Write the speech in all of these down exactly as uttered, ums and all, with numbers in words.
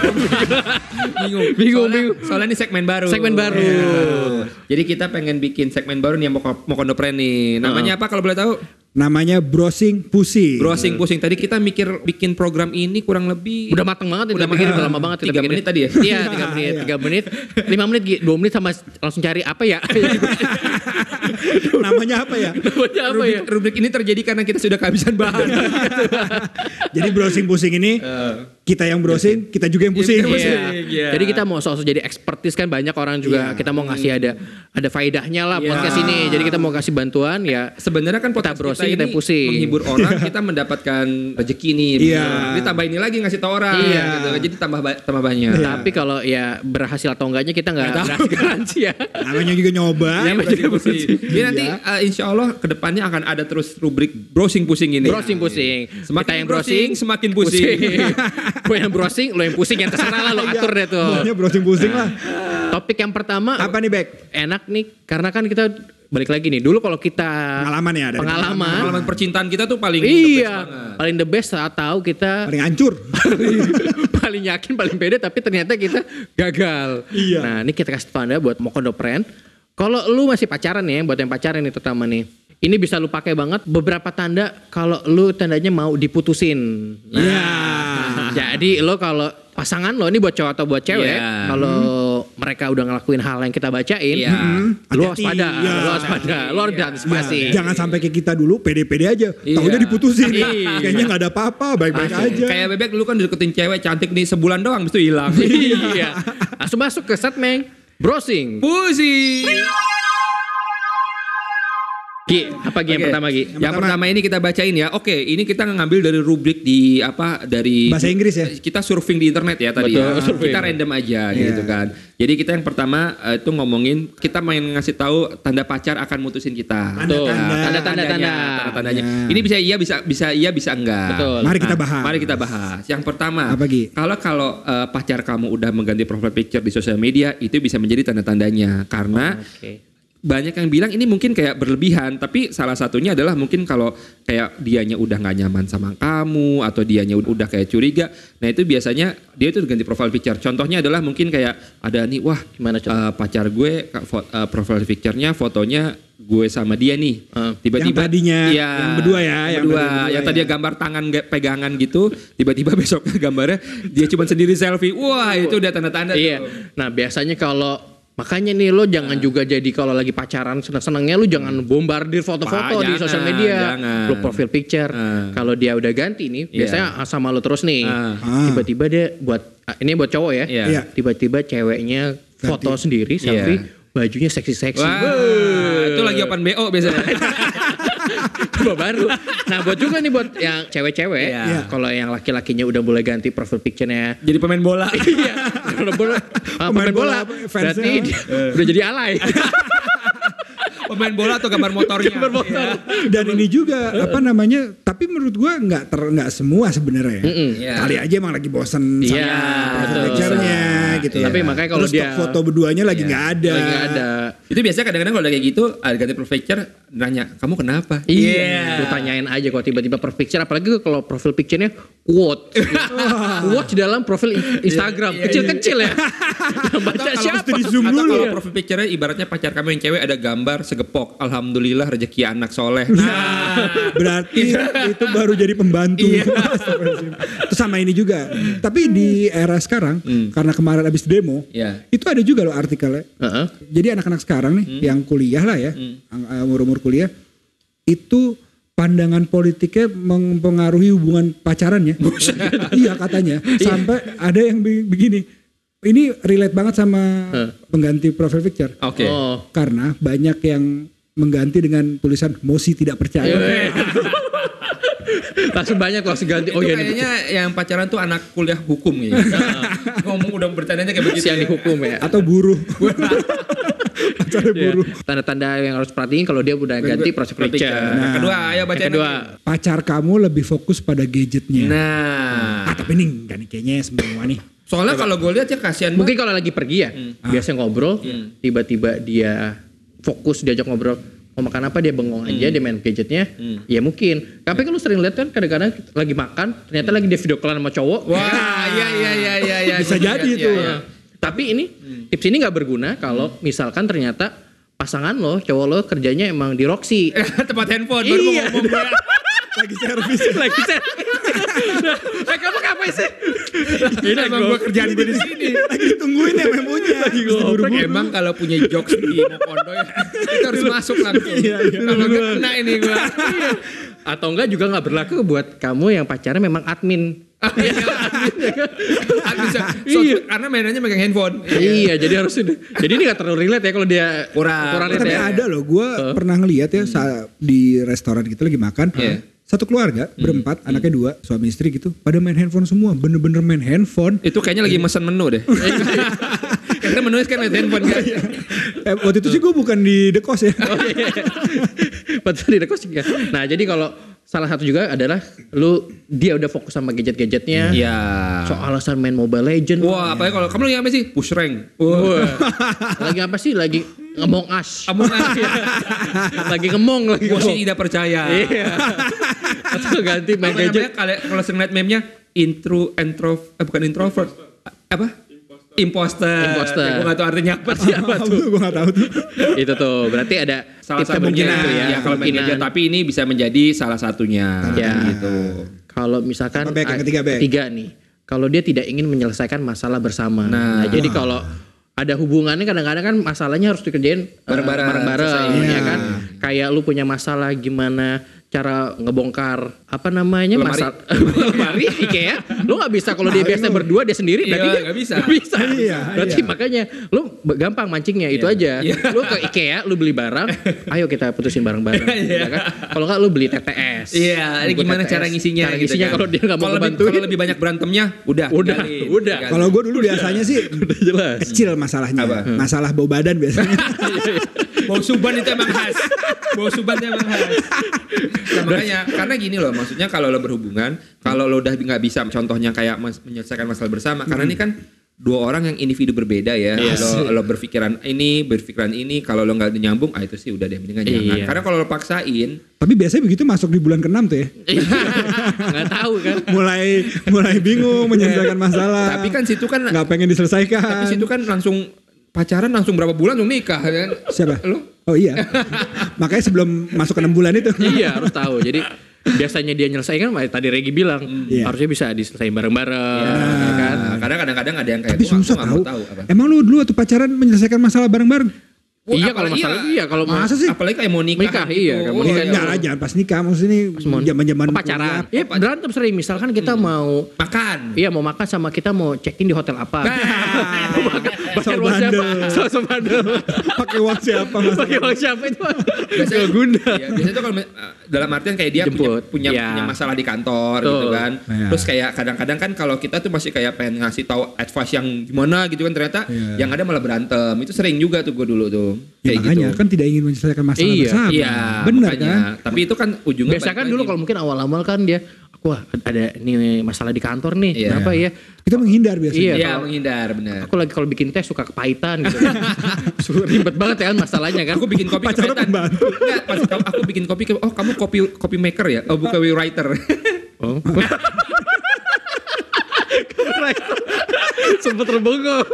bingung. Bingung, soalnya, bingung. Soalnya ini segmen baru. Segmen baru. Ya. Jadi kita pengen bikin segmen baru nih yang mau mau kondopren nih. Namanya uh. apa kalau boleh tahu? Namanya browsing pusing. Browsing pusing. Tadi kita mikir bikin program ini kurang lebih Udah mateng banget, udah pikir udah lama banget kita tiga bikin. menit tadi ya? Iya, tiga menit, tiga menit, lima menit, dua menit sama langsung cari apa ya? Namanya apa ya? Namanya apa rubrik, ya? rubrik ini terjadi karena kita sudah kehabisan bahan. Jadi browsing pusing ini Uh. kita yang browsing, kita juga yang pusing. Iya, pusing. Iya. Iya. Jadi kita mau sosok jadi expertise kan banyak orang juga Iya. kita mau ngasih ada ada faedahnya lah Iya. podcast ini. Jadi kita mau kasih bantuan ya. Sebenarnya kan podcast Kita browsing, kita kita ini pusing. menghibur orang, kita mendapatkan rezeki nih. Iya. Jadi tambah ini lagi ngasih tau orang. Iya. Gitu. Jadi tambah ba- tambah banyak. Iya. Tapi kalau ya berhasil atau enggaknya kita nggak Nggak tahu. berhasil garansi ya. Namanya juga nyoba. Ya, Browsing pusing. pusing. Jadi nanti uh, insya Allah kedepannya akan ada terus rubrik browsing pusing ini. Browsing pusing. Semakin Kita yang browsing, browsing semakin pusing. Gue yang browsing, lo yang pusing, yang terserah lah lo atur deh tuh. Namanya browsing pusing lah. Topik yang pertama Apa nih, Bek? enak nih karena kan kita balik lagi nih. Dulu kalau kita Pengalaman ya, dari pengalaman, Pengalaman percintaan kita tuh paling iya, the best banget. paling the best saat tahu kita Paling hancur. paling yakin, paling pede, tapi ternyata kita gagal. Iya. Nah, ini kita kasih tanda buat mau kondopren. Kalau lu masih pacaran nih, buat yang pacaran nih terutama nih. Ini bisa lu pakai banget beberapa tanda kalau lu tandanya mau diputusin. Nah, Iya. jadi lo kalau pasangan lo ini buat cowok atau buat cewek, Iya. kalau mereka udah ngelakuin hal yang kita bacain, Iya. mm, lu Hati-hati. waspada, Iya. lu waspada, lu harus antisipasi. Ya, jangan sampai kayak kita dulu pede-pede aja. Iya. Tahunya diputusin. Iya. Kayaknya gak ada apa-apa, baik-baik aja. Kayak Bebek dulu kan deketin cewek cantik nih sebulan doang habis itu hilang. Iya. Langsung masuk ke segmen browsing. Pusing. Gi, apa Gi yang Oke. pertama Gi? Yang, yang pertama ini kita bacain ya. Oke, ini kita ngambil dari rubrik di apa dari Bahasa Inggris ya? Kita surfing di internet ya tadi Betul, ya. surfing. Kita random aja Iya. gitu kan. Jadi kita yang pertama eh, itu ngomongin kita main ngasih tahu tanda pacar akan mutusin kita. Tanda-tanda. Nah, Tanda-tanda. tanda-tandanya. Ya. Ini bisa iya bisa bisa iya bisa enggak. Betul. Mari kita bahas. Mari kita bahas. Yang pertama, Apa, Gi? kalau kalau eh, pacar kamu udah mengganti profile picture di sosial media, itu bisa menjadi tanda-tandanya karena Oke. banyak yang bilang ini mungkin kayak berlebihan, tapi salah satunya adalah mungkin kalau kayak dianya udah nggak nyaman sama kamu atau dianya udah kayak curiga, nah itu biasanya dia itu ganti profile picture. Contohnya adalah mungkin kayak ada nih, wah Gimana contoh? eh, pacar gue fo- eh, profile picture-nya fotonya gue sama dia nih, Eh. tiba-tiba Yang tadinya, iya, yang berdua ya, yang berdua, dari berdua yang ya. tadinya gambar tangan ge- pegangan gitu, tiba-tiba besoknya gambarnya dia cuma sendiri selfie, wah itu udah tanda-tanda Iya. tuh. Nah biasanya kalau makanya nih lo jangan juga jadi kalau lagi pacaran seneng-senengnya lo jangan bombardir foto-foto Wah, di jangan, sosial media, jangan. lo profil picture. Ah. Kalau dia udah ganti nih, Iya. biasanya sama lo terus nih. Ah. Tiba-tiba dia buat ah, ini buat cowok ya. Iya. Iya. Tiba-tiba ceweknya foto sendiri selfie, Iya. bajunya seksi-seksi. Wah, itu lagi open B O biasanya. Coba baru. Nah buat juga nih buat yang cewek-cewek, Iya. kalau yang laki-lakinya udah mulai ganti profil picture-nya. Jadi pemain bola. Iya, kalau bola, ah, Pemain pemain bola, bola, fansnya. berarti dia udah jadi alay. Pemain bola atau gambar motornya. Gambar motor. Dan ini juga apa namanya? Tapi menurut gua nggak ter nggak semua sebenarnya. Iya. Kali aja emang lagi bosen Iya, sama betul. picture-nya gitu. Tapi makanya kalau Terus dia- stok foto berduanya lagi Iya. nggak ada. Lagi nggak ada. Itu biasanya kadang-kadang kalau udah kayak gitu, ada ganti profile picture, nanya, kamu kenapa? Iya. Lu tanyain aja kalau tiba-tiba profil picture, apalagi kalau profil picture-nya quote. Quote di dalam profil Instagram. Kecil-kecil ya. Yang baca Atau kalau siapa? mesti di-zoom Atau dulu. kalau Kalau profil picture-nya ibaratnya pacar kamu yang cewek ada gambar segepok. Alhamdulillah rezeki anak soleh. Nah, berarti itu baru jadi pembantu. Terus sama ini juga. Tapi di era sekarang, karena kemarin abis demo, Iya. itu ada juga loh artikelnya. Heeh. Jadi anak-anak sekarang nih, yang kuliah lah ya, ang- umur-umur kuliah, itu pandangan politiknya mempengaruhi hubungan pacarannya. Iya katanya. Sampai ada yang be- begini. Ini relate banget sama pengganti profile picture. Oke. Oh. Karena banyak yang mengganti dengan tulisan Mosi tidak percaya. Langsung banyak langsung ganti. Oh itu iya ini kayaknya yang pacaran tuh anak kuliah hukum gitu. Ngomong udah bercandanya kayak begitu. yang dihukum ya. Atau buruh. Pacarnya Iya. buruh. Tanda-tanda yang harus perhatiin kalau dia udah ganti profil picture. Yang kedua, ayo bacain. Yang kedua, lagi. Pacar kamu lebih fokus pada gadgetnya. Nah, Ah, tapi nih enggak nih kayaknya semua nih. soalnya kalau gue lihat ya kasihan mungkin kalau lagi pergi ya, biasa ngobrol, tiba-tiba dia fokus diajak ngobrol. mau makan apa dia bengong aja, dia main gadgetnya, ya mungkin. Tapi kan lu sering lihat kan kadang-kadang lagi makan, ternyata lagi dia video call sama cowok. Wah, iya iya iya iya iya. Bisa jadi itu. Iya. Tapi ini tips ini nggak berguna kalau misalkan ternyata pasangan lo, cowok lo kerjanya emang di Roxy. Tempat handphone baru mau Iya. ngomong gue. Lagi servis. Lagi servis. Eh kamu ngapain sih? Ini emang gue kerjaan gue di sini. Lagi ditungguin ya memonya. Lagi Emang kalau punya jokes di Mokondo ya, itu harus masuk langsung. Kalau nggak kena ini gue. Atau enggak juga nggak berlaku buat kamu yang pacarnya memang admin. Bisa, so, karena mainannya megang handphone. Iya, jadi harus ini. Jadi ini gak terlalu relate ya kalau dia Kurang. kurang Tapi relate ya. ada loh, gue pernah ngeliat ya saat di restoran gitu lagi makan. Iya. Satu keluarga berempat, anaknya dua, suami istri gitu, pada main handphone semua, bener-bener main handphone. Itu kayaknya lagi mesen menu deh. Karena menunya kan lihat handphone kan. Eh, waktu itu sih gue bukan di The Coast ya. Oh, iya. Betul di dekos juga. Nah, jadi kalau salah satu juga adalah lu dia udah fokus sama gadget-gadgetnya. Iya. Soal alasan main Mobile Legend. Wah, apalagi kalau kamu lagi apa sih? Push rank. Wah. Lagi apa sih? Lagi ngemong as. Among Us. Lagi ngemong lagi. Gue sih ngemong. tidak percaya. Iya. Atau ganti main Apa namanya gadget. kalau kalau sering liat meme-nya intro intro eh, bukan introvert. Apa? Imposter. Imposter. Ya, gue gak tahu artinya apa sih. Apa tuh? Gue gak tahu tuh. Itu tuh berarti ada Salah tipsnya satunya mungkin itu ya, ya. kalau main Kemungkinan. gadget, tapi ini bisa menjadi salah satunya. Ya. Gitu. Kalau misalkan Apa, Bek? Yang ketiga, Bek? ketiga nih, kalau dia tidak ingin menyelesaikan masalah bersama. Nah. Nah, jadi kalau ada hubungannya kadang-kadang kan masalahnya harus dikerjain eh, Bareng-bareng, bareng-bareng, selesai. ya Iya. kan? Kayak lu punya masalah gimana cara ngebongkar apa namanya Lemari. masalah lemari IKEA, lu nggak bisa kalau dia Nah, biasa lu- berdua dia sendiri, Iya, berarti dia nggak bisa. nggak bisa. Iya, Berarti iya. makanya lu b- gampang mancingnya itu aja. Iya. Lu ke IKEA, lu beli barang, ayo kita putusin bareng-bareng, Iya. ya kan? Kalau nggak lu beli T T S. Iya, ini Buku gimana T T S. cara ngisinya? Cara gitu ngisinya kan. kalau dia nggak mau Kalau lebih, ngebantuin. kalau lebih banyak berantemnya, udah. Udah, tinggalin, udah. tinggalin. Kalau gue dulu biasanya sih Udah jelas. kecil masalahnya. Apa? Masalah bau badan biasanya. Bau suban itu emang khas. Bau suban itu emang khas. Nah, makanya karena gini loh, maksudnya kalau lo berhubungan, kalau lo udah nggak bisa contohnya kayak mas, menyelesaikan masalah bersama, karena ini kan dua orang yang individu berbeda ya. Yes. Lo, lo berpikiran ini, berpikiran ini, kalau lo nggak nyambung, ah itu sih udah deh mendingan jangan. Iya. Karena kalau lo paksain, Tapi biasanya begitu masuk di bulan keenam tuh ya. Nggak tahu kan. Mulai mulai bingung menyelesaikan masalah. tapi kan situ kan, nggak pengen diselesaikan. tapi situ kan langsung pacaran langsung berapa bulan langsung nikah kan? Siapa? Lo? Oh iya. Makanya sebelum masuk ke enam bulan itu. Iya harus tahu. Jadi biasanya dia nyelesain kan tadi Regi bilang Iya. harusnya bisa diselesain bareng-bareng, ya kan? Nah, karena kadang-kadang ada yang kayak Tapi gua nggak- susah gua nggak tahu. mau tahu apa. Emang lu dulu waktu pacaran menyelesaikan masalah bareng-bareng? Wah, Iya kalau apalagi masalah iya. iya kalau mau Masa sih? Apalagi kayak mau nikah. Nikah, iya, kayak mau Oh, nikah. Iya, iya. enggak lah, jangan pas nikah. Maksudnya ini zaman-zaman Oh, pacaran. kuliah. Iya berantem sering. Misalkan kita mau Makan. iya mau makan sama kita mau check in di hotel apa? Bayar So uang siapa? bandel. So, so bandel. Pakai uang siapa? Mas? Pakai uang siapa itu? Biasanya guna. Iya, biasanya tuh kalau uh, dalam artian kayak dia punya, Jemput. punya, Iya. punya masalah di kantor Betul. gitu kan. Iya. Terus kayak kadang-kadang kan kalau kita tuh masih kayak pengen ngasih tahu advice yang gimana gitu kan, ternyata Iya. yang ada malah berantem. Itu sering juga tuh gue dulu tuh. Ya, Kayak makanya gitu. kan tidak ingin menyelesaikan masalah Iya, bersama. Iya, Benar makanya. kan? Tapi itu kan ujungnya Biasa balik kan dulu lagi. kalau mungkin awal-awal kan dia wah ada nih masalah di kantor nih. Iya. Kenapa ya? Kita menghindar biasanya. Iya. Iya, kalau- menghindar benar. Aku lagi kalau bikin teh suka kepahitan gitu. Suruh ribet banget ya kan masalahnya kan. Aku bikin kopi Pacaran kepahitan. pembantu. Enggak, pas kamu- aku bikin kopi, ke- oh kamu kopi kopi maker ya? Oh bukan writer. Oh. Sempet terbengong.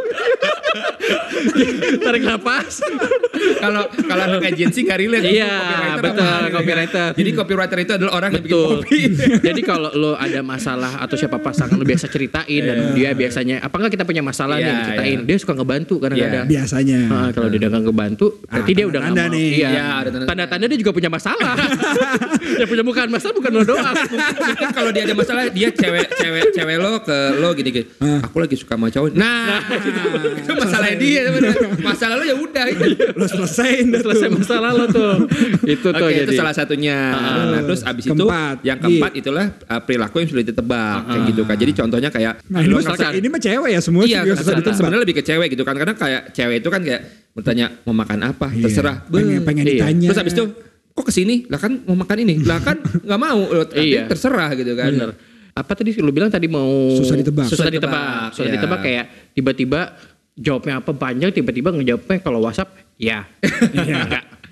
Tarik napas. Kalau kalau anak agensi nggak relate. Iya, Copywriter betul, apa? copywriter. Jadi copywriter itu adalah orang yang bikin Betul. kopi. Jadi kalau lo ada masalah atau siapa pasangan lo biasa ceritain dan dia biasanya apa enggak kita punya masalah nih Iya, ceritain. iya. Dia suka ngebantu kadang-kadang. Biasanya. Nah, kalau dia udah nggak ngebantu, berarti Ah, dia udah nggak tanda-tanda mau. nih. Iya. Iya, ada tanda-tanda. Tanda-tanda dia juga punya masalah. Yang punya bukan masalah bukan lo doang. Mungkin kalau dia ada masalah dia cewek cewek cewek lo ke lo gini-gini. Aku lagi suka sama cowok. Nah, itu masalahnya dia sebenarnya. Masalah lo ya udah itu. Lo selesaiin dah Selesai tuh. masalah lo tuh. Itu tuh Oke, jadi. itu salah satunya. Nah, terus abis Keempat. itu yang keempat itulah uh, perilaku yang sudah ditebak kayak gitu kan. Jadi contohnya kayak Nah, ini, lo mah- misalkan- ini mah cewek ya semua iya, sih yang susah se- ditebak. sebenarnya lebih ke cewek gitu kan. Karena kayak cewek itu kan kayak bertanya mau makan apa, Iya. terserah. Pengen, Beuh. pengen Iya. ditanya. Terus abis itu kok kesini? Lah kan mau makan ini. Lah kan nggak mau. Loh, tapi Iya. terserah gitu kan. Bener. Apa tadi lu bilang tadi mau Susah ditebak. Susah Susah ditebak. ditebak, Susah iya. ditebak kayak tiba-tiba jawabnya apa panjang tiba-tiba ngejawabnya kalau WhatsApp ya. Enggak.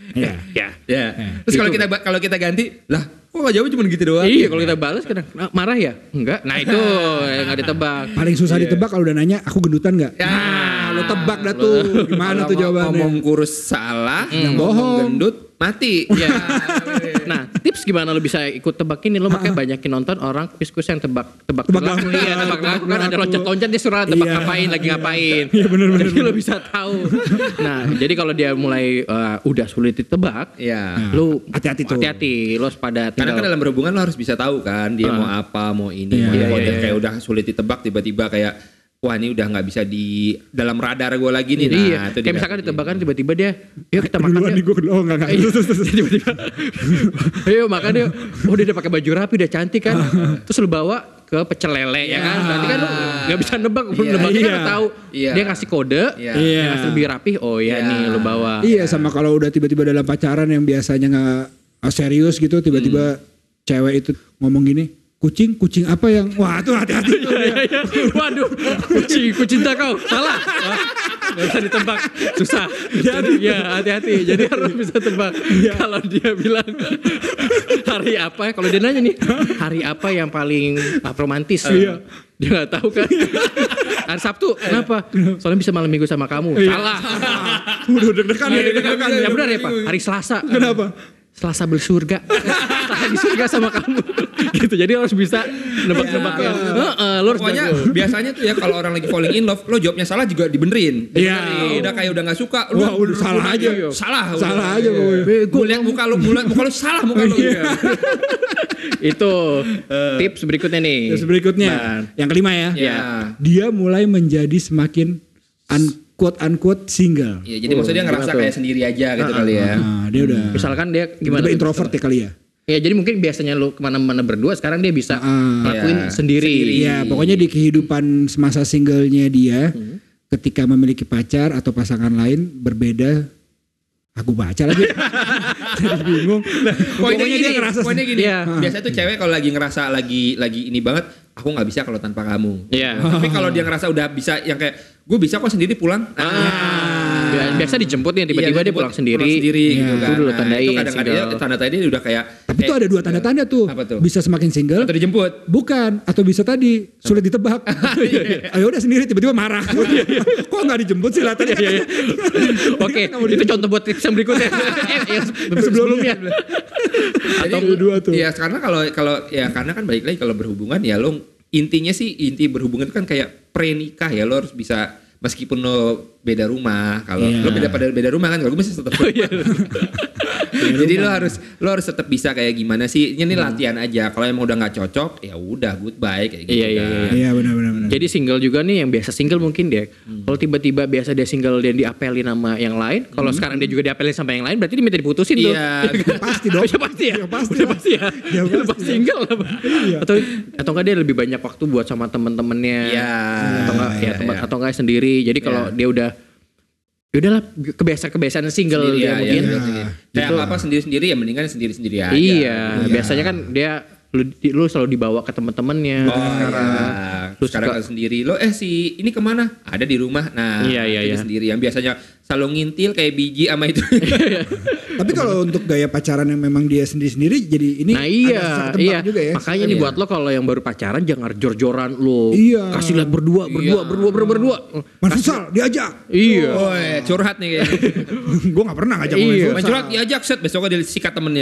Iya. Ya. Ya. Terus kalau kita ba- kalau kita ganti, lah kok gak jawab cuma gitu doang? Iya, kalau kita balas kadang "Nah, marah ya? Enggak. Nah itu yang nggak ditebak. Paling susah ditebak kalau udah nanya aku gendutan nggak? Ya. Nah, lo tebak dah tuh. Gimana Kalau tuh ngo- jawabannya? Ngomong kurus salah, ngomong bohong. gendut mati. Ya. Nah, tips gimana lo bisa ikut tebak ini? Lo makanya banyakin nonton orang kuis-kuis yang tebak tebak Tebak lagu. lagu. Iya, tebak lagu kan ada lagu. loncat-loncat dia suruh tebak Iya. ngapain, lagi ngapain. Iya, bener, bener, Jadi lo bisa tahu. Nah, jadi kalau dia mulai uh, udah sulit ditebak, Iya. lo Hati-hati tuh. Hati-hati, lo pada Karena kan tinggal. dalam berhubungan lo harus bisa tahu kan dia mau apa, mau ini, Iya, mau iya, mau iya, dia iya. kayak udah sulit ditebak tiba-tiba kayak wah ini udah nggak bisa di dalam radar gue lagi nih. Nah, Iya, itu kayak dia. misalkan ditebakan tiba-tiba dia, yuk kita makan Duluan yuk. nih gue oh enggak enggak. Iya, Terus, terus, terus. tiba-tiba ayo makan yuk. Oh dia udah pakai baju rapi udah cantik kan. Terus lu bawa ke pecel lele ya kan. Berarti kan lu gak bisa nebak. Iya, Nebaknya kan iya. lu tahu. Iya. Dia ngasih kode. Iya. Dia ngasih lebih rapi. Oh ya Iya. nih lu bawa. Iya sama kalau udah tiba-tiba dalam pacaran yang biasanya nggak ah, serius gitu tiba-tiba cewek itu ngomong gini kucing kucing apa yang wah tuh hati-hati tuh dia. Iya, iya. Waduh, kucing, kucinta kau, salah. Wah, gak bisa ditebak, susah. Jadi ya hati-hati. Jadi harus bisa tebak. Kalau dia bilang hari apa, kalau dia nanya nih hari apa yang paling uh, romantis, dia nggak tahu kan. Hari Sabtu, kenapa? Soalnya bisa malam minggu sama kamu. Salah. Udah deg-degan ya, Iya, deg-degan yang benar ya Pak. Hari Selasa. Kenapa? Selasa bersurga. Selasa di surga sama kamu. Gitu. Jadi harus bisa nebak-nebak Iya. yang. Heeh, lo harus Pokoknya jago. biasanya tuh ya kalau orang lagi falling in love, lo jawabnya salah juga dibenerin. Iya. Dibenerin. Udah kayak udah nggak suka, lo Wah, udah salah aja. Salah. Salah udah. aja pokoknya. Gue lihat muka lo, muka, muka lo salah muka lo. Itu tips berikutnya nih. Terus berikutnya Ban. yang kelima ya. Iya. Dia mulai menjadi semakin unquote unquote single. Iya, jadi maksudnya gimana ngerasa tuh? kayak sendiri aja gitu kali ya. Nah, dia udah Misalkan dia gimana? tiba-tiba tuh? introvert ya kali ya. Ya jadi mungkin biasanya lu kemana-mana berdua, sekarang dia bisa Ah. ngelakuin Iya. sendiri. Iya, pokoknya di kehidupan semasa singlenya dia, ketika memiliki pacar atau pasangan lain berbeda. Aku baca lagi, jadi bingung. Poinnya Pokoknya gini, dia ngerasa poinnya gini. Iya. Biasanya tuh cewek kalau lagi ngerasa lagi lagi ini banget, aku nggak bisa kalau tanpa kamu. Iya. Tapi kalau dia ngerasa udah bisa yang kayak gue bisa kok sendiri pulang. Bia- Biasa dijemput nih, tiba-tiba Iya, dia pulang pulang sendiri. sendiri Iya. gitu kan. Itu dulu Nah, tandain itu kadang-kadang single. tanda-tanda dia udah kayak Tapi tuh ada dua tanda-tanda tuh. Apa tuh? Bisa semakin single, atau dijemput. bukan, atau bisa tadi sulit ditebak. Ayo udah sendiri tiba-tiba marah. Kok nggak dijemput sih latanya? Oke, itu contoh buat tips yang berikutnya. Eh, yang sebelumnya. Atau dua tuh. Iya, karena kalau kalau ya karena kan balik lagi kalau berhubungan ya lo intinya sih inti berhubungan itu kan kayak pre-nikah ya, lo harus bisa meskipun lo beda rumah, kalau Iya. lo beda pada beda rumah kan, kalau gue masih tetap jadi lo harus lo harus tetap bisa kayak gimana sih, ini latihan aja. Kalau emang udah nggak cocok ya udah goodbye kayak gitu. Iya, iya, kan. iya. Iya benar-benar. Jadi single juga nih yang biasa single mungkin dia. Kalau tiba-tiba biasa dia single dan diapelin sama yang lain, kalau sekarang dia juga diapelin sama yang lain, berarti dia minta diputusin tuh. Iya. Pasti dong. Ya pasti ya. Ya pasti Udah lah. pasti ya. Ya Ya, pasti. single lah. Iya. Atau atau enggak dia lebih banyak waktu buat sama temen-temennya. Iya. Atau enggak ya Iya, tempat iya. atau enggak sendiri. Jadi kalau Iya. dia udah ya udahlah kebiasaan-kebiasaan single Sendiri, dia ya, mungkin. ya, sendiri. Kayak Gitu. apa sendiri-sendiri ya mendingan sendiri-sendiri aja. Iya, biasanya kan dia lu, di- lu selalu dibawa ke temen-temennya. Oh, sekarang, Lu sekarang suka- kan sendiri. Lo eh si ini kemana? Ada di rumah. Nah, Iya, iya, itu iya. sendiri. Yang biasanya selalu ngintil kayak biji sama itu. Tapi kalau untuk gaya pacaran yang memang dia sendiri-sendiri jadi ini Nah iya, ada ketebak iya. juga ya. Makanya nih Iya. buat lo kalau yang baru pacaran jangan jor-joran lo. Iya. Kasih lihat berdua, berdua, Iya. berdua, berdua, berdua. Mas Futsal diajak. Iya. Oh, ya, curhat nih kayaknya. Gue gak pernah ngajak Iya. main Main futsal. curhat diajak set besoknya dia sikat temennya.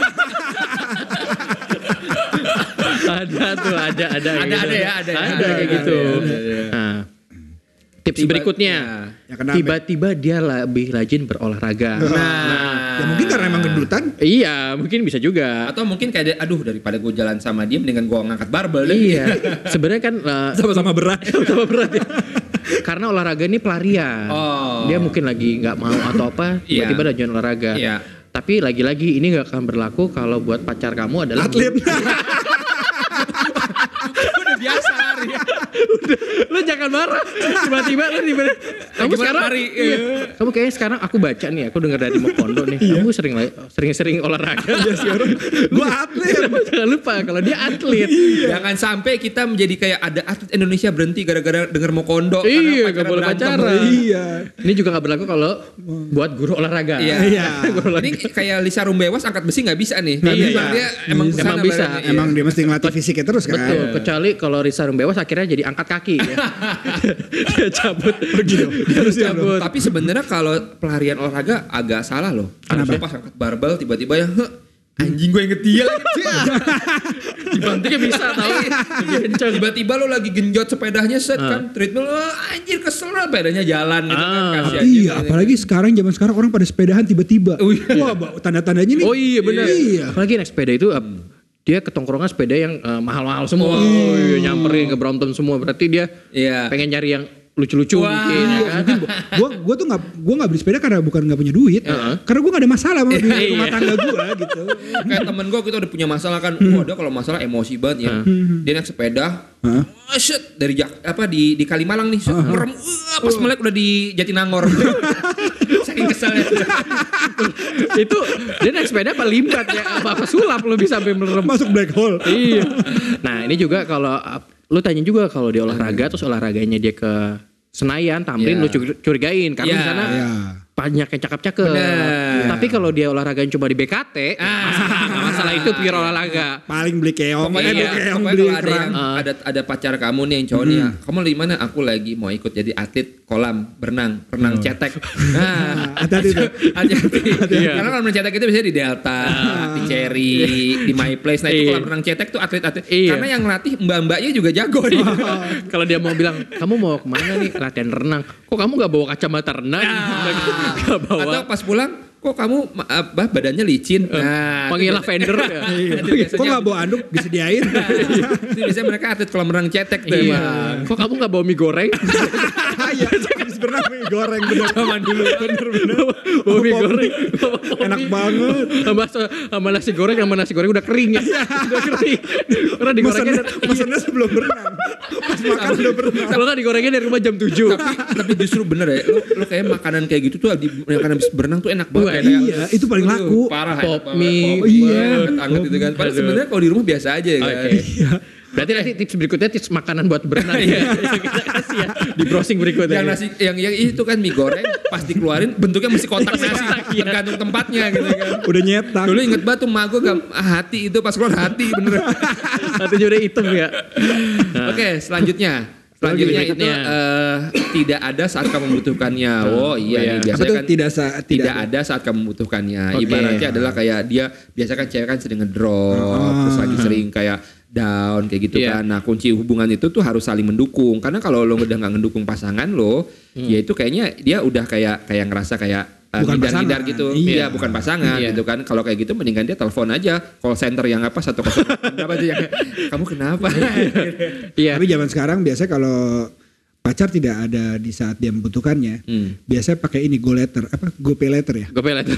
ada tuh, ada, ada. Ada, gitu. ada ya, ada ya. Ada, Ada, kayak ada, gitu. ada, ada. Nah, tips Tiba- berikutnya. ya. Ya, kenapa? Tiba-tiba dia lebih rajin berolahraga. Nah, Ya mungkin karena emang gendutan. Iya, mungkin bisa juga. atau mungkin kayak dia, aduh daripada gue jalan sama dia mendingan gue ngangkat barbel deh. Iya. Sebenarnya kan eh, Sama-sama berat. sama berat ya. Karena olahraga ini pelarian. Oh. Dia mungkin lagi nggak mau atau apa, Iya. tiba-tiba ada join olahraga. Iya. Tapi lagi-lagi ini nggak akan berlaku kalau buat pacar kamu adalah Atlet. Udah biasa lari. Lu jangan marah. Tiba-tiba lu tiba kamu Gimana sekarang lari? iya. Kamu kayaknya sekarang aku baca nih, aku dengar dari Mokondo nih. Kamu sering sering-sering olahraga. Iya sekarang gue atlet. Jangan lupa kalau dia atlet. Jangan sampai kita menjadi kayak ada atlet Indonesia berhenti gara-gara denger Mokondo. Iya, karena gak boleh berantem. pacaran. Iya. Ini juga gak berlaku kalau buat guru olahraga. Iya. Iya. Ini kayak Lisa Rumbewas angkat besi nggak bisa nih. Nggak Iya, bisa. Dia emang Bisa. kesana Emang bisa. badannya, iya. Emang dia mesti ngelatih fisiknya terus kan. Betul, kecuali kalau Risa Rumbewas akhirnya jadi angkat kaki ya. Dia cabut begitu. Dia harus cabut. Tapi sebenarnya kalau pelarian olahraga agak salah loh. Harusnya pas angkat barbel tiba-tiba ya, "Heh, anjing gue inget dia lagi." Dibantingnya bisa tahu. Kencang. Tiba-tiba lo lagi genjot sepedanya set kan, treadmill, oh, anjir kesel lah sepedanya jalan gitu kan. Ah. Kasihan Iya, juga. apalagi sekarang zaman sekarang orang pada sepedahan tiba-tiba. Oh, iya. Wah, ba- tanda-tandanya nih. Oh iya benar. Iya. Apalagi naik sepeda itu uh, dia ketongkrongan sepeda yang uh, mahal-mahal semua. Oh, iya, nyamperin ke Brompton semua. Berarti dia Iya. pengen nyari yang lucu-lucu Wah. mungkin ya kan. Gue gue tuh nggak gue nggak beli sepeda karena bukan nggak punya duit, Heeh. karena gue nggak ada masalah sama di Iya. rumah tangga gue gitu. Kayak temen gue kita udah punya masalah kan, wah dia kalau masalah emosi banget ya. Dia naik sepeda, Hah? oh, shit, dari Jak- apa di di Kalimalang nih, set, merem, wah, pas melek udah di Jatinangor. Saking keselnya. Itu dia naik sepeda apa limbat ya? Apa, apa sulap lu bisa sampai merem. Masuk black hole. Iya. Nah ini juga kalau uh, lu tanya juga kalau dia olahraga terus olahraganya dia ke Senayan, Tamrin Iya. lu cur- curigain karena Iya. di sana Iya. banyak yang cakep-cakep. Bener. Tapi kalau dia olahraganya cuma di B K T, Ah. masalah, nggak masalah itu pure olahraga. Paling beli keong, Pokoknya, eh, beli iya. keong, pokoknya beli kalau ada yang kerang. ada ada pacar kamu nih yang cowok nih ya, kamu di mana? Aku lagi mau ikut jadi atlet kolam berenang, renang cetek. Nah, Hati-hati tuh. hati-hati. Iya. Karena kalau renang cetek itu biasanya di Delta, di Cherry, di My Place. Nah itu Iya. kolam renang cetek tuh atlet-atlet. Iya. Karena yang ngelatih mbak-mbaknya juga jago nih. Kalau dia mau bilang, kamu mau kemana nih latihan renang? Kok kamu gak bawa kacamata renang? Gak bawa. Atau pas pulang, kok kamu ma- apa, badannya licin? Nah, Panggil itu- lavender ya. itu Kok biasanya- nggak bawa anduk disediain? itu biasanya mereka atlet kolam renang cetek tuh Iya. emang. Kok kamu gak bawa mie goreng? Iya, habis berenang mie goreng bener. Zaman dulu. Bener-bener. Bawa mie Bawa goreng. Enak banget. Sama, sama nasi goreng, sama nasi goreng udah kering ya. Udah kering. Karena digorengnya Mesennya, mesennya sebelum berenang. Pas makan udah berenang. kalau nggak digorengnya dari rumah jam tujuh. tapi tapi justru bener ya, lu, lu kayak makanan kayak gitu tuh di makanan habis berenang tuh enak banget. Wah, ya, iya, kayak- itu paling Aduh, laku. Parah. Pop enak mie. banget, pop Iya. banget, anget gitu kan. Padahal Aduh. sebenarnya kalau di rumah biasa aja ya kan. Oke. Berarti nanti tips berikutnya tips makanan buat berenang. Iya. Kita kasih ya di browsing berikutnya. Yang nasi yang yang itu kan mie goreng pas dikeluarin bentuknya mesti kotak nasi tergantung tempatnya gitu kan. Udah nyetak. Dulu inget banget tuh mak gue gak, ah, hati itu pas keluar hati bener. Nantinya udah hitam ya. Nah. Oke selanjutnya. Selanjutnya itu Selanjutnya. eh, tidak ada saat kamu membutuhkannya. Oh iya, iya. nih, Apa biasanya tuh kan tidak saat tidak ada saat kamu membutuhkannya. Oke. Ibaratnya adalah kayak dia biasa kan cewek kan sering ngedrop, Ah. terus lagi sering kayak down kayak gitu Iya. kan. Nah kunci hubungan itu tuh harus saling mendukung. Karena kalau lo udah nggak ngedukung pasangan lo, ya itu kayaknya dia udah kayak kayak ngerasa kayak uh, Bukan hindar-hindar pasangan. gitu. Iya. Iya bukan pasangan Iya. gitu kan. Kalau kayak gitu mendingan dia telepon aja call center yang apa satu kosong berapa tuh yang kamu kenapa? Iya. Tapi zaman sekarang biasanya kalau pacar tidak ada di saat dia membutuhkannya, Hmm. biasanya pakai ini go letter, apa go pay letter ya? Gue pelet.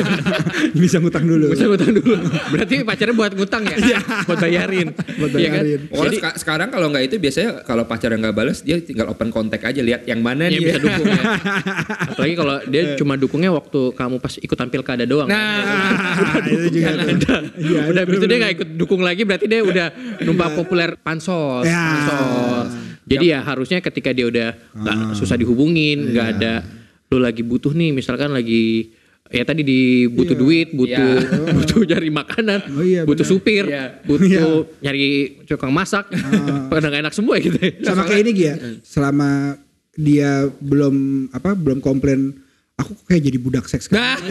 Bisa ngutang dulu. Bisa ngutang dulu. Berarti pacarnya buat ngutang ya? Buat bayarin. Buat Iya kan? bayarin. Pokoknya Jadi seka- sekarang kalau nggak itu biasanya kalau pacar yang nggak balas dia tinggal open kontak aja lihat yang mana yang nih bisa dukung ya. Apalagi kalau dia cuma dukungnya waktu kamu pas ikut tampil kada doang. Nah, itu juga Yang tuh. ada. Iya, udah itu habis itu dia bener-bener. gak ikut dukung lagi berarti dia udah numpang populer pansos. Ya. Pansos. Jadi ya harusnya ketika dia udah gak susah dihubungin, gak ada lu lagi butuh nih misalkan lagi ya tadi di butuh Iya. duit, butuh Iya. butuh nyari makanan, Oh iya, butuh benar. supir, Iya. butuh nyari tukang masak. Pada gak enak semua gitu. Sama kayak ini Gia, selama dia belum apa belum komplain, aku kok kayak jadi budak seks. Nah,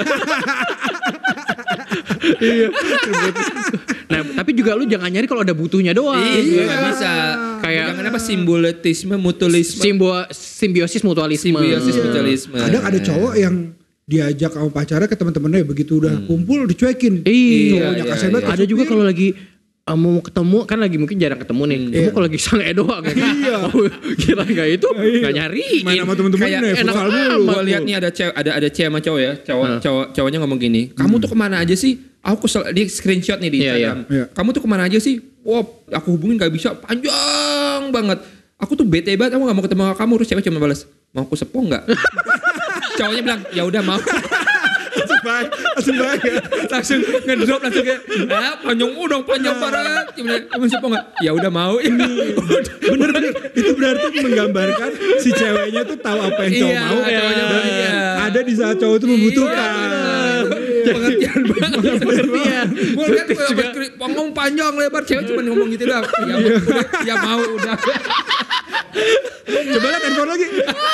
Nah, tapi juga lu jangan nyari kalau ada butuhnya doang. iya nggak bisa. Kayak- Jangan apa simboletisme, mutualisme, Simbo, simbiosis mutualisme. simbiosis Iya. mutualisme. Kadang ada cowok yang diajak sama pacarnya ke teman-temannya begitu udah kumpul dicuekin. Iya, Cowoknya iya, kasihan iya. banget. Ada juga kalau lagi uh, mau ketemu kan lagi mungkin jarang ketemu nih. Ketemu kalau lagi sange doang ya. Iya. Oh, kira enggak itu enggak nyariin. main sama temen-temennya Kayak enak futsal amat. mulu. Gue lihat nih ada cewek, ada ada cewek sama cowok ya, cowok, Hmm. cowok, cowoknya ngomong gini, kamu tuh kemana aja sih? Aku kesel, dia screenshot nih di Iya, Instagram. iya. Iya. Kamu tuh kemana aja sih? Wah, aku hubungin gak bisa, panjang banget. aku tuh bete banget, aku gak mau ketemu sama kamu. Terus cewek cuma balas, mau aku sepong gak? Cowoknya bilang, ya udah mau. Langsung baik, langsung baik. Langsung ngedrop langsung kayak, ah panjang udang panjang banget. Kamu sepong gak? Ya udah mau. Bener-bener itu berarti menggambarkan si ceweknya tuh tahu apa yang cowok Iya, mau. cowoknya Dan iya. ada di saat cowok itu membutuhkan. Pengertian banget. Pengertian. Gue liat gue ngomong panjang lebar, cewek cuma ngomong gitu doang. Ya, udah, ya mau udah. Coba lihat handphone lagi.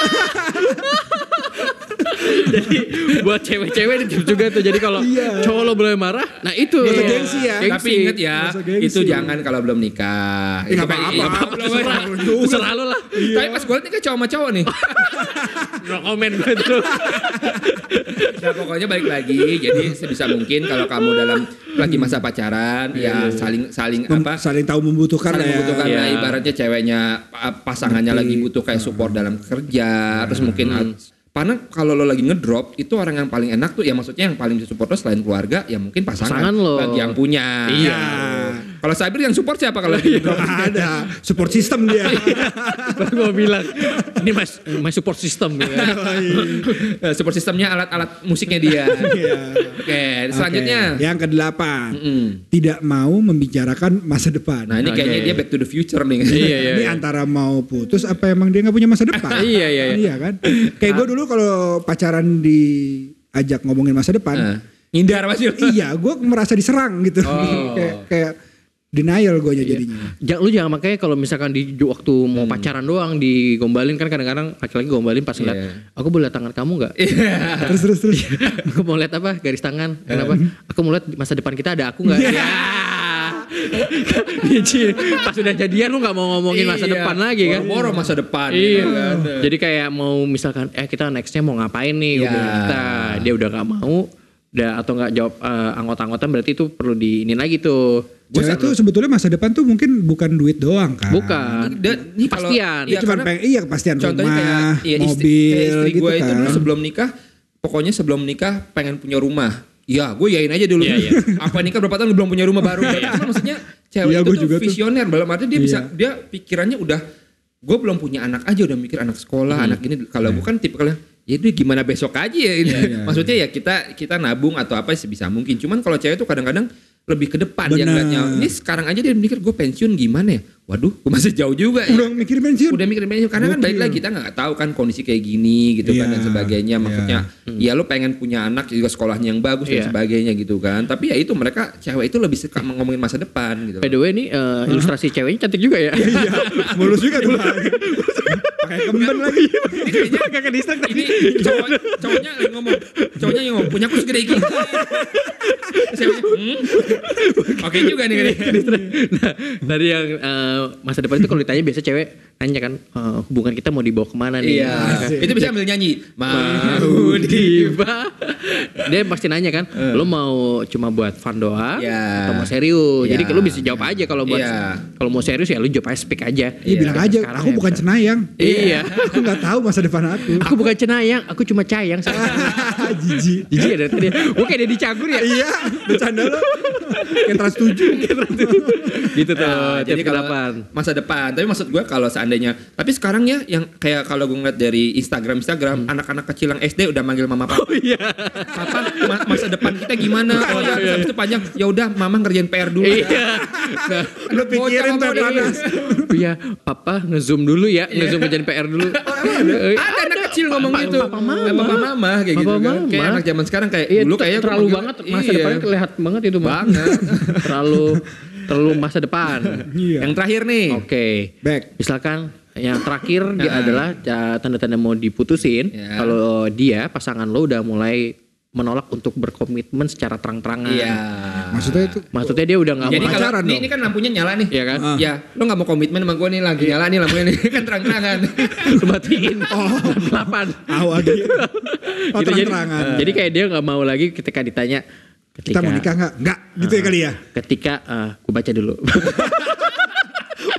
Jadi buat cewek-cewek ini tips juga tuh. Jadi kalau Iya. cowok lo boleh marah, nah itu. Gak usah Iya. gengsi ya. Gengsi. Tapi inget ya, Nggak usah gengsi. itu jangan kalau belum nikah. Eh, Itu nggak kayak- apa-apa. iya, Nggak belum- Terserah, Juga. terserah lo lah. Tapi pas gue liat nikah cowok sama cowok nih. No comment gitu. Nah pokoknya balik lagi. Jadi sebisa mungkin kalau kamu dalam lagi masa pacaran, ya saling saling Mem- apa? saling tahu membutuhkan Saling lah ya. membutuhkan Iya. lah, ibaratnya ceweknya pa- pasangannya lagi butuh kayak support dalam kerja, terus mungkin karena kalau lo lagi ngedrop itu orang yang paling enak tuh ya maksudnya yang paling bisa support lo selain keluarga ya mungkin pasangan, Pasangan lo. bagi yang punya. Iya. Kalau Sabir yang support siapa kalau lagi ngedrop? Nggak ada support system dia. Baru mau bilang, ini mas, my support system. Ya. Eh, support sistemnya alat-alat musiknya dia. Iya. Oke, selanjutnya. Oke, yang kedelapan, Mm-mm. tidak mau membicarakan masa depan. Nah ini Oke. kayaknya dia back to the future nih. Iya, iya. Ini antara mau putus apa emang dia nggak punya masa depan? Iya, iya, iya. Iya kan? Kayak gue dulu kalau pacaran diajak ngomongin masa depan, Nah, ngindar pasti. iya gue merasa diserang gitu. Oh. kayak, kayak denial gue jadinya. Jangan, lu jangan makanya kalau misalkan di waktu mau pacaran doang digombalin kan kadang-kadang laki-laki gombalin pas ngeliat, Iya. aku boleh lihat tangan kamu nggak? Terus terus terus. Aku mau lihat apa? Garis tangan. Kenapa? Aku mau lihat masa depan kita ada aku nggak? Ya. Biji. Pas udah jadian lu nggak mau ngomongin masa Iya. depan lagi kan? Boro masa depan. Iya. gitu kan. Jadi kayak mau misalkan, eh kita nextnya mau ngapain nih? Iya. Udah kita, dia udah nggak mau, udah atau nggak jawab eh, anggota-anggota berarti itu perlu diinin lagi tuh. Cewek tuh sebetulnya masa depan tuh mungkin bukan duit doang kan. Bukan. Dan ini kalau- Pastian. Dia Iya, cuma karena pengen, iya kepastian Contohnya rumah, kayak iya, istri, mobil kayak istri gitu gue kan. itu dulu sebelum nikah, pokoknya sebelum nikah pengen punya rumah. Ya gue yain aja dulu. Iya, iya. Apa nikah berapa tahun belum punya rumah baru. Karena maksudnya cewek Iya, itu gue tuh juga tuh. visioner. Dalam arti dia Iya. bisa, dia pikirannya udah, gue belum punya anak aja udah mikir anak sekolah, Hmm. anak ini. Kalau gue kan tipikalnya, ya itu gimana besok aja ya. Iya, Maksudnya ya kita kita nabung atau apa sebisa mungkin. Cuman kalau cewek tuh kadang-kadang lebih ke depan dia Benar. ngeliatnya. Ini sekarang aja dia mikir gue pensiun gimana ya. Waduh gue masih jauh juga ya. Udah mikir pensiun. Udah mikirin pensiun karena kan balik Gokil. lagi kita nggak tahu kan kondisi kayak gini gitu kan Iya, dan sebagainya. Maksudnya iya. ya lo pengen punya anak juga sekolahnya yang bagus Iya. dan sebagainya gitu kan. Tapi ya itu mereka cewek itu lebih suka ngomongin masa depan gitu. By the way ini eh, ilustrasi ceweknya cantik juga ya. Iya, mulus juga tuh. Pakai kemben lagi. Ini kayaknya Kakak distak ini cowok, cowoknya lagi ngomong, cowoknya yang ngomong punya aku segede gini. Ceweknya, hmm? Oke juga nih kayaknya. Nah, dari yang eh, masa depan itu kalau ditanya biasa cewek nanya kan eh, hubungan kita mau dibawa kemana nih? Iya, Asik. itu bisa ambil nyanyi. Mau dibawa. Dia pasti nanya kan, lo mau cuma buat fun doang Iya. atau mau serius? Iya. Jadi lo bisa jawab aja kalau buat Iya. kalau mau serius ya lo jawab aja speak aja. Iya, bilang aja, Sekarang aku ya bukan bisa. cenayang. Iya. Aku nggak tahu masa depan aku. Aku bukan cenayang, aku cuma cayang. Jijik. Jijik ya dari tadi. Gue kayak Deddy Cagur ya. Iya, bercanda lo. Kayak trans tujuh. Gitu tuh. Nah, jadi tips kalau delapan. masa depan, tapi maksud gue kalau seandainya, tapi sekarang ya yang kayak kalau gue ngeliat dari Instagram Instagram anak-anak kecil yang S D udah manggil mama papa. Oh iya. Papa ma- masa depan kita gimana? Oh ya, terus habis itu panjang. Ya udah, mama ngerjain P R dulu. Iya. Nah, Lu pikirin tuh panas. Iya, papa nge-zoom dulu ya, nge-zoom kerjaan P R dulu. Eh, Ada anak kecil ngomong Papa- gitu. papa mama. Eh, Papa mama kayak gitu Papa kan. mama. Kayak anak zaman sekarang kayak Iya, dulu kayaknya gua terlalu manggil- banget masa iya. depannya kelihatan banget itu Mas. Banget. terlalu terlalu masa depan. Iya. Yang terakhir nih. Oke. Back. Misalkan yang terakhir dia Nah. adalah ya, tanda-tanda mau diputusin Ya. kalau dia pasangan lo udah mulai menolak untuk berkomitmen secara terang-terangan. Iya. Maksudnya itu Maksudnya dia udah nggak Jadi mau kalau pacaran ini, dong. ini kan lampunya nyala nih. Iya kan? Ah. Ya, lo gak mau komitmen sama gue nih lagi nyala nih lampunya nih kan terang-terangan. Lu matiin. Oh. Delapan. awal gitu. Oh, Gitu, jadi, terang-terangan. jadi kayak dia nggak mau lagi ketika ditanya. Ketika, Kita mau nikah nggak? Nggak, gitu ya kali ya. Ketika gue baca dulu.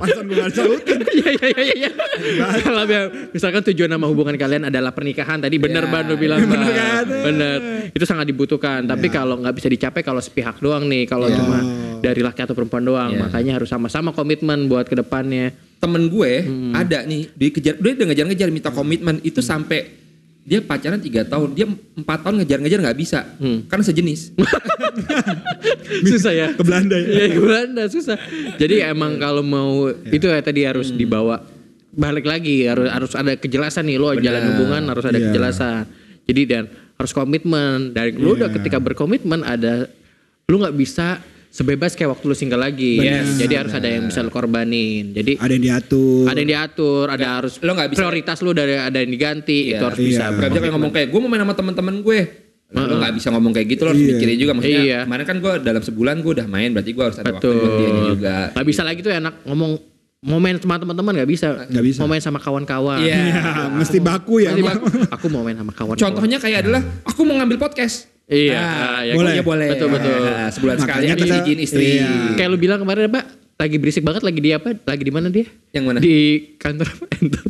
Pantesan gue gak sautin. Iya iya iya iya. Kalau misalkan tujuan nama hubungan kalian adalah pernikahan tadi bener Ya, Ban lu bilang Ban. bener kan? Bener. Itu sangat dibutuhkan. Tapi kalau nggak bisa dicapai kalau sepihak doang nih, kalau Ya. cuma dari laki atau perempuan doang, Ya. makanya harus sama-sama komitmen buat kedepannya. Temen gue Hmm. ada nih, dikejar, dia udah ngejar-ngejar minta komitmen itu sampai dia pacaran tiga tahun, dia empat tahun ngejar-ngejar nggak bisa, Hmm. karena sejenis. Susah ya. Ke Belanda ya. Iya ke Belanda susah. Jadi emang kalau mau itu ya tadi harus Hmm. dibawa balik lagi harus harus ada kejelasan nih lo Benar. jalan hubungan harus ada Iya. kejelasan. Jadi dan harus komitmen dari lu udah Iya. ketika berkomitmen ada lu nggak bisa sebebas kayak waktu lu single lagi. Benar. Jadi harus ada yang bisa lu korbanin. Jadi Ada yang diatur. ada yang diatur, ada harus lo nggak bisa- prioritas lu dari ada yang diganti Iya. itu harus Iya. bisa. Gak bisa kayak ngomong kayak gue mau main sama teman-teman gue. Nah, lo nggak bisa ngomong kayak gitu, lo harus Iya. mikirin juga. Maksudnya Iya. kemarin kan gue dalam sebulan gue udah main, berarti gue harus ada waktu buat Betul. dia juga. Gak bisa lagi tuh enak ngomong mau main sama teman-teman nggak bisa. Nggak bisa. Mau main sama kawan-kawan. Iya. Ya, mesti baku ya. Nanti, Bang, aku mau main sama kawan. Contohnya kayak adalah aku mau ngambil podcast. Iya, Nah, ya, boleh. ya boleh. Betul, betul. Nah, sebulan sekali Makanya ada kita- izin istri. iya. kayak lu bilang kemarin, Pak, lagi berisik banget lagi di apa? Lagi di mana dia? Yang mana? Di kantor apa? Entot.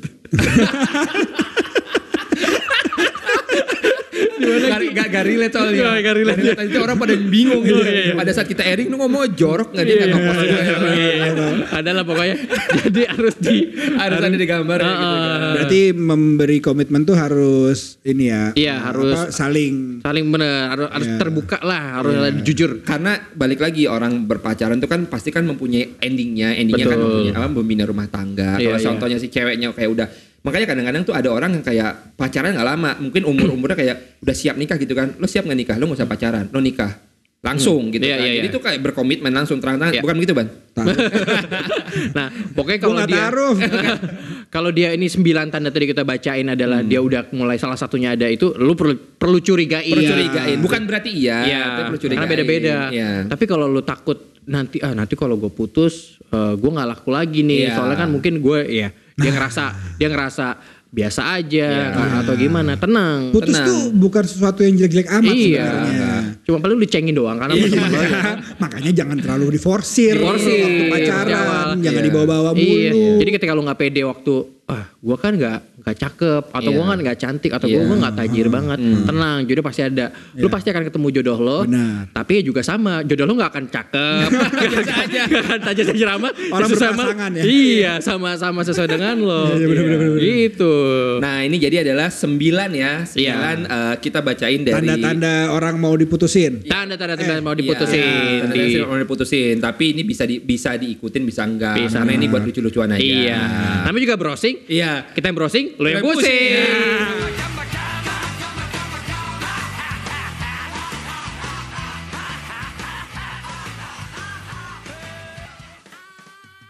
Gak, gak, gak relate soalnya. Gak- gak relate. Gak Itu orang pada bingung gitu. Oh, iya, iya. Pada saat kita airing, lu ngomong jorok gak dia? Gak ngomong. Adalah pokoknya. Jadi harus di Harus ada di gambar ya, gitu kan. Berarti memberi komitmen tuh harus ini ya. Iya, apa, harus saling. saling bener harus, harus Iya. terbuka lah, harus jujur. Karena balik lagi orang berpacaran tuh kan pasti kan mempunyai endingnya. Endingnya kan Betul. mempunyai apa? Membina rumah tangga. Iya, Kalau iya. contohnya si ceweknya kayak udah. Makanya kadang-kadang tuh ada orang yang kayak pacaran gak lama. Mungkin umur-umurnya kayak udah siap nikah gitu kan. Lo siap gak nikah? Lo gak usah pacaran. Lo nikah. Langsung gitu Iya, kan. iya, Jadi iya. tuh kayak berkomitmen langsung terang-terangan. Iya. Bukan begitu Ban? Nah, pokoknya Gue kalau gak dia taruh. kalau dia ini sembilan tanda tadi kita bacain adalah Hmm. dia udah mulai salah satunya ada itu, lu perlu perlu curigain. Perlu Iya. curigain. Bukan berarti iya. Iya, Tapi perlu curigain. karena beda-beda. Iya. Tapi kalau lu takut nanti ah nanti kalau gue putus, uh, gue nggak laku lagi nih. Iya. Soalnya kan mungkin gue ya dia ngerasa dia ngerasa biasa aja kan, atau gimana. Tenang. Putus Tenang. tuh bukan sesuatu yang jelek-jelek amat Iya. sebenarnya. Cuma paling lu dicengin doang karena Iya. teman lo ya. Makanya jangan terlalu diforsir. Diforsir. Waktu Di pacaran, awal. jangan Iya. dibawa-bawa mulu. Iya. Jadi ketika lu nggak pede waktu ah gua kan nggak nggak cakep atau Iya. gua kan nggak cantik atau Iya. gua gua nggak tajir banget. Tenang, jodoh pasti ada. Lu pasti akan ketemu jodoh lo. Benar. Tapi juga sama, jodoh lo nggak akan cakep. Biasa aja. Nggak akan tajir tajir ramah. Orang Justru sama- berpasangan ya. Iya, sama-sama sesuai dengan lo. Iya, bener, bener, bener, bener. Gitu. Nah ini jadi adalah sembilan ya. Sembilan eh, kita bacain dari. Tanda-tanda orang mau diputusin. Tanda-tanda Eh, mau Iya, diputusin. tanda-tanda Di- sih mau diputusin. Tapi ini bisa di, bisa diikutin bisa enggak. Bisa. Karena ini buat lucu-lucuan aja. Iya. Namanya juga browsing. Iya. Kita yang browsing, lo yang Lo yang pusing. pusing.